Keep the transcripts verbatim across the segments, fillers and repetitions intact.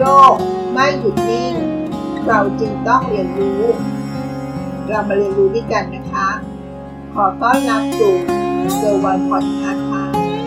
กไม่หยุดนิ่งเราจึงต้องเรียนรู้เรามาเรียนรู้ด้วยกันนะคะขอต้อนรับสู่เซอร์วันพอดคาสต์ค่ะ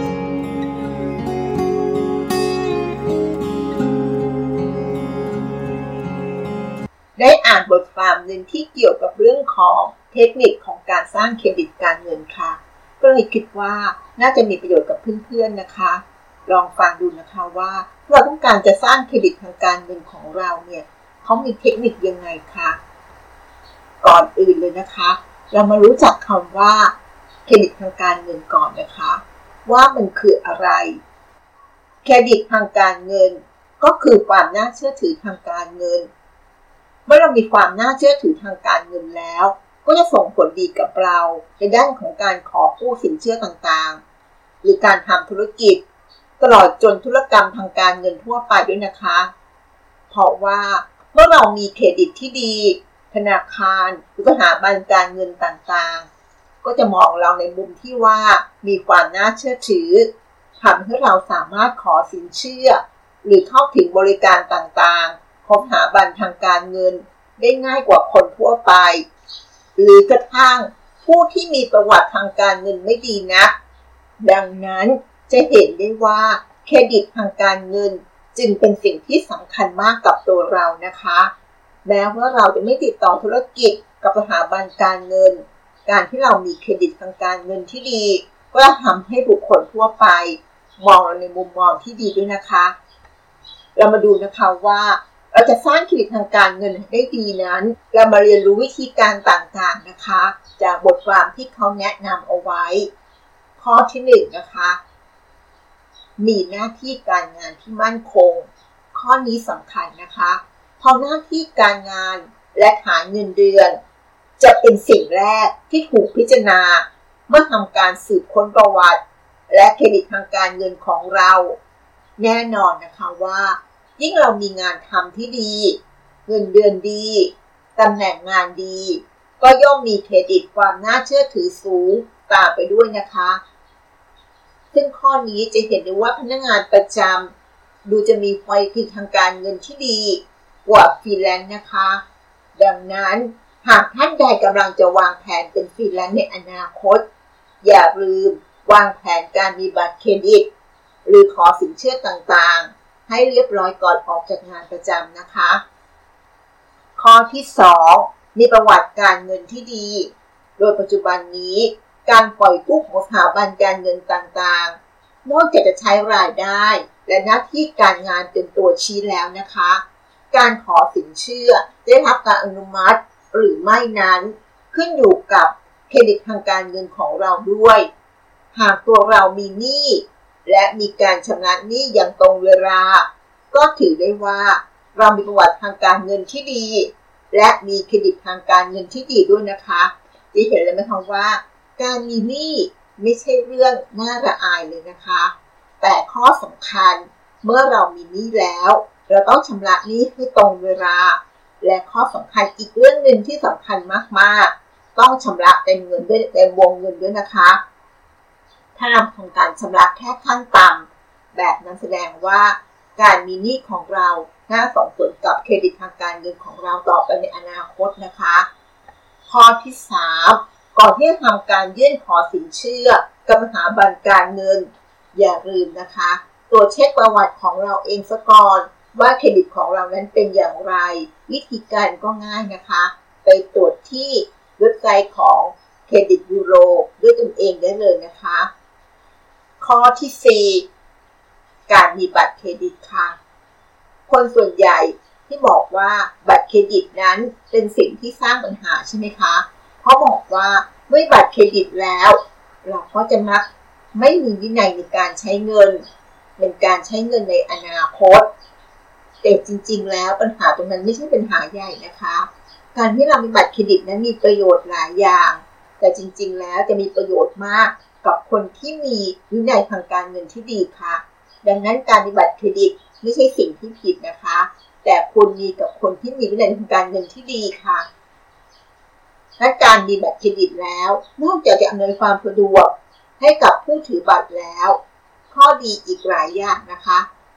ได้อ่านบทความหนึ่งที่เกี่ยวกับเรื่องของเทคนิคของการสร้างเครดิตการเงินค่ะก็เลยคิดว่าน่าจะมีประโยชน์กับเพื่อนๆนะคะลองฟังดูนะคะว่าเราต้องการจะสร้างเครดิตทางการเงินของเราเนี่ยเขามีเทคนิคยังไงคะก่อนอื่นเลยนะคะเรามารู้จักคำว่าเครดิตทางการเงินก่อนนะคะว่ามันคืออะไรเครดิตทางการเงินก็คือความน่าเชื่อถือทางการเงินเมื่อเรามีความน่าเชื่อถือทางการเงินแล้วก็จะส่งผลดีกับเราในด้านของการขอกู้สินเชื่อต่างๆหรือการทำธุรกิจตลอดจนธุรกรรมทางการเงินทั่วไปด้วยนะคะเพราะว่าเมื่อเรามีเครดิตที่ดีธนาคารหรือสถาบันการเงินต่างๆก็จะมองเราในมุมที่ว่ามีความน่าเชื่อถือทำให้เราสามารถขอสินเชื่อหรือเข้าถึงบริการต่างๆของสถาบันทางการเงินได้ง่ายกว่าคนทั่วไปหรือกระทั่งผู้ที่มีประวัติทางการเงินไม่ดีนักดังนั้นจะเห็นได้ว่าเครดิตทางการเงินจึงเป็นสิ่งที่สำคัญมากกับตัวเรานะคะแม้ว่าเราจะไม่ติดต่อธุรกิจกับสถาบันการเงินการที่เรามีเครดิตทางการเงินที่ดีก็จะทำให้บุคคลทั่วไปมองเราในมุมมองที่ดีด้วยนะคะเรามาดูนะคะว่าเราจะสร้างเครดิตทางการเงินได้ดีนั้นเรามาเรียนรู้วิธีการต่างๆนะคะจากบทความที่เขาแนะนำเอาไว้ข้อที่หนึ่งนะคะมีหน้าที่การงานที่มั่นคงข้อนี้สำคัญนะคะเพราะหน้าที่การงานและฐานเงินเดือนจะเป็นสิ่งแรกที่ถูกพิจารณาเมื่อทำการสืบค้นประวัติและเครดิตทางการเงินของเราแน่นอนนะคะว่ายิ่งเรามีงานทำที่ดีเงินเดือนดีตำแหน่งงานดีก็ย่อมมีเครดิตความน่าเชื่อถือสูงตามไปด้วยนะคะซึ่งข้อนี้จะเห็นได้ว่าพนักงานประจำดูจะมีความคิดทางการเงินที่ดีกว่าฟรีแลนซ์นะคะดังนั้นหากท่านใดกำลังจะวางแผนเป็นฟรีแลนซ์ในอนาคตอย่าลืมวางแผนการมีบัตรเครดิตหรือขอสินเชื่อต่างๆให้เรียบร้อยก่อนออกจากงานประจำนะคะข้อที่สองมีประวัติการเงินที่ดีโดยปัจจุบันนี้การปล่อยกู้ของสถาบันการเงินต่างๆนอกจากจะใช้รายได้และหน้าที่การงานเป็นตัวชี้แล้วนะคะการขอสินเชื่อได้รับการอนุมัติหรือไม่นั้นขึ้นอยู่กับเครดิตทางการเงินของเราด้วยหากตัวเรามีหนี้และมีการชำระหนี้อย่างตรงเวลาก็ถือได้ว่าเรามีประวัติทางการเงินที่ดีและมีเครดิตทางการเงินที่ดีด้วยนะคะจะเห็นเลยไหมคะว่าการมีหนี้ไม่ใช่เรื่องน่าระอายเลยนะคะแต่ข้อสำคัญเมื่อเรามีหนี้แล้วเราต้องชำระหนี้ให้ตรงเวลาและข้อสำคัญอีกเรื่องหนึ่งที่สำคัญมากๆต้องชำระเต็มเงินด้วยเต็มวงเงินด้วยนะคะถ้าเราทำการชำระแค่ขั้นต่ำแบบนั้นแสดงว่าการมีหนี้ของเราน่าส่งผลกับเครดิตทางการเงินของเราต่อไปในอนาคตนะคะข้อที่สามก่อนที่จะทำการยื่นขอสินเชื่อกับสถาบันการเงินอย่าลืมนะคะตรวจเช็คประวัติของเราเองซะก่อนว่าเครดิตของเรานั้นเป็นอย่างไรวิธีการก็ง่ายนะคะไปตรวจที่เว็บไซต์ของเครดิตบูโรด้วยตนเองได้เลยนะคะข้อที่สี่การมีบัตรเครดิตค่ะคนส่วนใหญ่ที่บอกว่าบัตรเครดิตนั้นเป็นสิ่งที่สร้างปัญหาใช่ไหมคะเพราะบอกว่าเมื่อบัตรเครดิตแล้วเราก็จะมักไม่มีวินัยในการใช้เงินเป็นการใช้เงินในอนาคตแต่จริงๆแล้วปัญหาตรงนั้นไม่ใช่ปัญหาใหญ่นะคะการที่เรามีบัตรเครดิตนั้นมีประโยชน์หลายอย่างแต่จริงๆแล้วจะมีประโยชน์มากกับคนที่มีวินัยทางการเงินที่ดีค่ะดังนั้นการมีบัตรเครดิตไม่ใช่สิ่งที่ผิดนะคะแต่ควรมีกับคนที่มีวินัยทางการเงินที่ดีค่ะและการมีบัตรเครดิตแล้วนอกจากจะอำนวยความสะดวกให้กับผู้ถือบัตรแล้วข้อดีอีกหลายอย่างนะคะ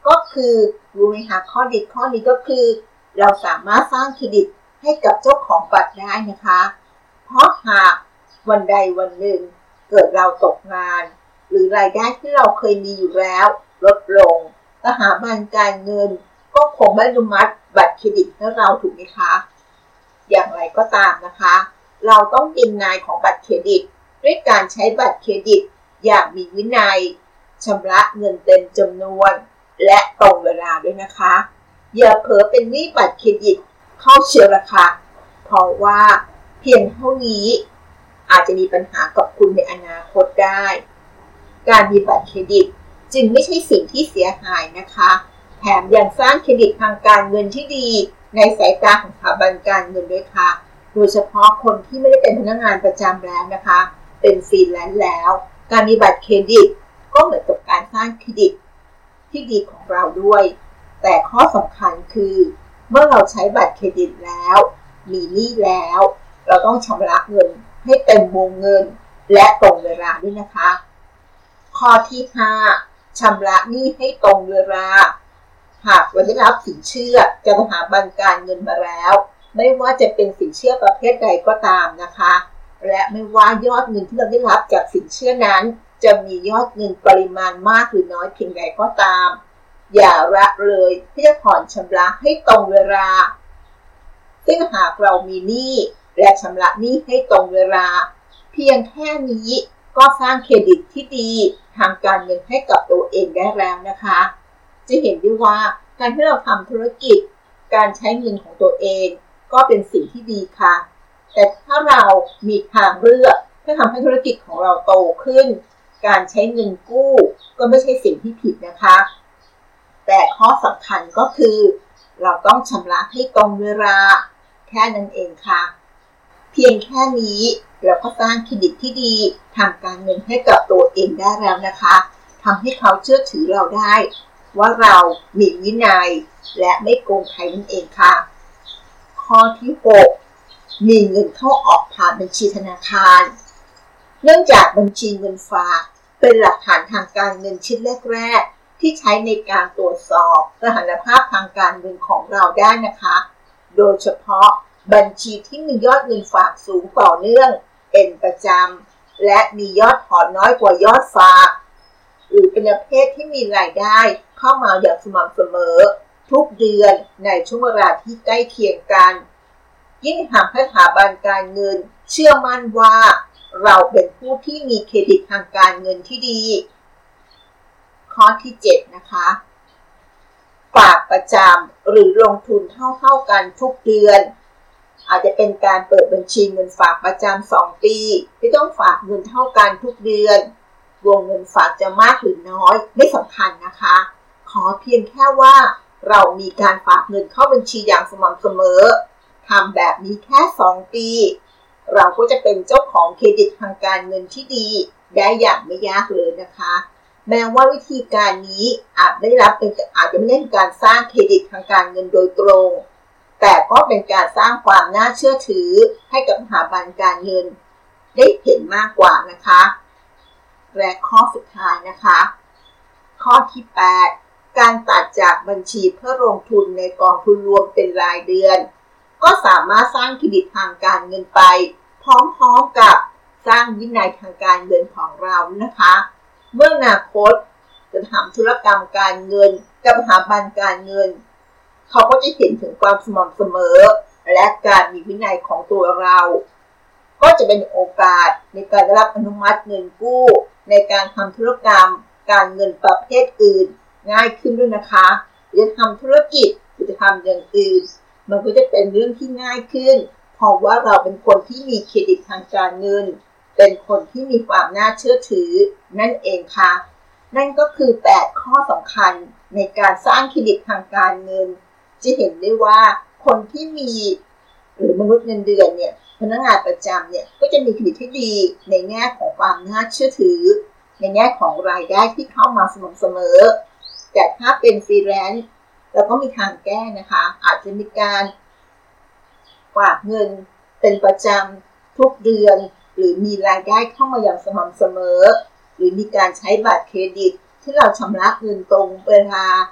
ก็คือรู้ไหมคะข้อดีข้อนี้ก็คือเราสามารถสร้างเครดิตให้กับเจ้าของบัตรได้นะคะเพราะหากวันใดวันหนึ่งเกิดเราตกงานหรือรายได้ที่เราเคยมีอยู่แล้วลดลงสถาบันการเงินก็คงไม่อนุมัติบัตรเครดิตให้เราถูกไหมคะอย่างไรก็ตามนะคะเราต้องเป็นนายของบัตรเครดิตด้วยการใช้บัตรเครดิตอย่างมีวินัยชำระเงินเต็มจำนวนและตรงเวลาด้วยนะคะอย่าเผลอเป็นหนี้บัตรเครดิตเข้าเชียวราคาเพราะว่าเพียงเท่านี้อาจจะมีปัญหากับคุณในอนาคตได้การมีบัตรเครดิตจึงไม่ใช่สิ่งที่เสียหายนะคะแถมยังสร้างเครดิตทางการเงินที่ดีในสายตาของสถาบันการเงินด้วยค่ะโดยเฉพาะคนที่ไม่ได้เป็นพนักงานประจำแล้วนะคะเป็นฟรีแลนซ์แล้วการมีบัตรเครดิตก็เหมือนกับการสร้างเครดิตที่ดีของเราด้วยแต่ข้อสำคัญคือเมื่อเราใช้บัตรเครดิตแล้วมีหนี้แล้วเราต้องชำระเงินให้เต็มวงเงินและตรงเวลาด้วยนะคะข้อที่ห้าชำระหนี้ให้ตรงเวลาหากเราได้รับสินเชื่อจากสถาบันการเงินมาแล้วไม่ว่าจะเป็นสินเชื่อประเภทใดก็ตามนะคะและไม่ว่ายอดเงินที่เราได้รับจากสินเชื่อนั้นจะมียอดเงินปริมาณมากหรือน้อยเพียงใดก็ตามอย่าละเลยที่จะผ่อนชำระให้ตรงเวลาซึ่งหากเรามีหนี้และชำระหนี้ให้ตรงเวลาเพียงแค่นี้ก็สร้างเครดิตที่ดีทางการเงินให้กับตัวเองได้แล้วนะคะจะเห็นได้ว่าการที่เราทำธุรกิจการใช้เงินของตัวเองก็เป็นสิ่งที่ดีค่ะแต่ถ้าเรามีทางเลือกที่ทำให้ธุรกิจของเราโตขึ้นการใช้เงินกู้ก็ไม่ใช่สิ่งที่ผิดนะคะแต่ข้อสำคัญก็คือเราต้องชำระให้ตรงเวลาแค่นั้นเองค่ะเพียงแค่นี้เราก็สร้างเครดิตที่ดีทางการเงินให้กับตัวเองได้แล้วนะคะทำให้เขาเชื่อถือเราได้ว่าเรามีวินัยและไม่โกงใครนั่นเองค่ะข้อที่หกมีเงินเข้าออกผ่านบัญชีธนาคารเนื่องจากบัญชีเงินฝากเป็นหลักฐานทางการเงินชิ้นแรกๆที่ใช้ในการตรวจสอบสถานภาพทางการเงินของเราได้นะคะโดยเฉพาะบัญชีที่มียอดเงินฝากสูงต่อเนื่องเป็นประจำและมียอดถอนน้อยกว่ายอดฝากหรือเป็นประเภทที่มีรายได้เข้ามาอย่างสม่ำเสมอทุกเดือนในช่วงเวลาที่ใกล้เคียงกันยิ่งทำให้สถาบันการเงินเชื่อมั่นว่าเราเป็นผู้ที่มีเครดิตทางการเงินที่ดีข้อที่เจ็ดนะคะฝากประจำหรือลงทุนเท่าๆกันทุกเดือนอาจจะเป็นการเปิดบัญชีเงินฝากประจำสองปีที่ต้องฝากเงินเท่ากันทุกเดือนวงเงินฝากจะมากหรือน้อยไม่สำคัญนะคะขอเพียงแค่ว่าเรามีการฝากเงินเข้าบัญชีอย่างสม่ำเสมอทำแบบนี้แค่สองปีเราก็จะเป็นเจ้าของเครดิตทางการเงินที่ดีได้อย่างไม่ยากเลยนะคะแม้ว่าวิธีการนี้อาจได้รับเป็นอาจจะไม่ได้เป็นการสร้างเครดิตทางการเงินโดยตรงแต่ก็เป็นการสร้างความน่าเชื่อถือให้กับสถาบันการเงินได้เห็นมากกว่านะคะและข้อสุดท้ายนะคะข้อที่แปดการตัดจากบัญชีเพื่อลงทุนในกองทุนรวมเป็นรายเดือนก็สามารถสร้างเครดิตทางการเงินไปพร้อมๆกับสร้างวินัยทางการเงินของเรานะคะเมื่ออนาคตจะทำธุรกรรมการเงินกับสถาบันการเงินเขาก็จะเห็นถึงความสม่ำเสมอและการมีวินัยของตัวเราก็จะเป็นโอกาสในการได้รับอนุมัติเงินกู้ในการทำธุรกรรมการเงินประเภทอื่นง่ายขึ้นด้วยนะคะจะทำธุรกิจหรือจะทำอย่างอื่นมันก็จะเป็นเรื่องที่ง่ายขึ้นเพราะว่าเราเป็นคนที่มีเครดิตทางการเงินเป็นคนที่มีความน่าเชื่อถือนั่นเองค่ะนั่นก็คือแปดข้อสำคัญในการสร้างเครดิตทางการเงินจะเห็นได้ว่าคนที่มีหรือมนุษย์เงินเดือนเนี่ยพนักงานประจำเนี่ยก็จะมีเครดิตที่ดีในแง่ของความน่าเชื่อถือในแง่ของรายได้ที่เข้ามาสม่ำเสมอแต่ถ้าเป็นฟรีแลนซ์เราก็มีทางแก้นะคะอาจจะมีการฝากเงินเป็นประจำทุกเดือนหรือมีรายได้เข้ามาอย่างสม่ำเสมอหรือมีการใช้บัตรเครดิตที่เราชำระเงินตรงเวลา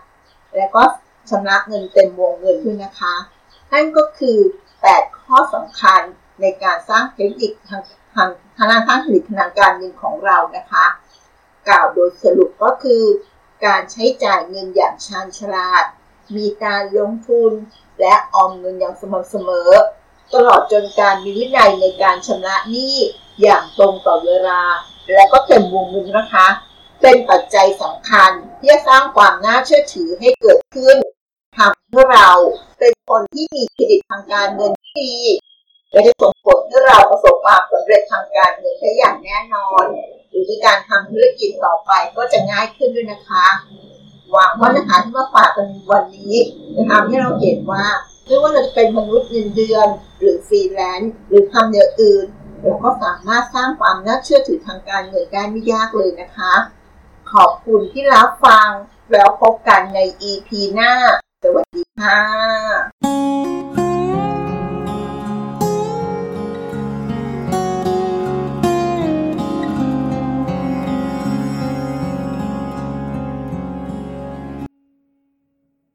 แล้วก็ชำระเงินเต็มวงเงินด้วยนะคะนั่นก็คือแปดข้อสำคัญในการสร้างเทคนิคทางทางธนาคารผลิตทางการเงินของเรานะคะกล่าวโดยสรุปก็คือการใช้จ่ายเงินอย่างชาญฉลาดมีการลงทุนและออมเงินอย่างสม่ำเสมอตลอดจนการมีวินัยในการชำระหนี้อย่างตรงต่อเวลาและก็เต็มวงเงินนะคะเป็นปัจจัยสำคัญที่จะสร้างความน่าเชื่อถือให้เกิดขึ้นทำให้เราเป็นคนที่มีเครดิตทางการเงินที่ดีและจะส่งผลให้เราประสบความสำเร็จทางการเงินได้อย่างแน่นอนหรือในการทำธุรกิจต่อไปก็จะง่ายขึ้นด้วยนะคะหวังว่าเนื้อหาที่มาฝากกันวันนี้จะทำให้เราเห็นว่าไม่ว่าเราจะเป็นมนุษย์เงินเดือนหรือฟรีแลนซ์หรือทำอย่างอื่นเราก็สามารถสร้างความน่าเชื่อถือทางการเงินได้ไม่ยากเลยนะคะขอบคุณที่รับฟังแล้วพบกันใน อี พี หน้าสวัสดีค่ะ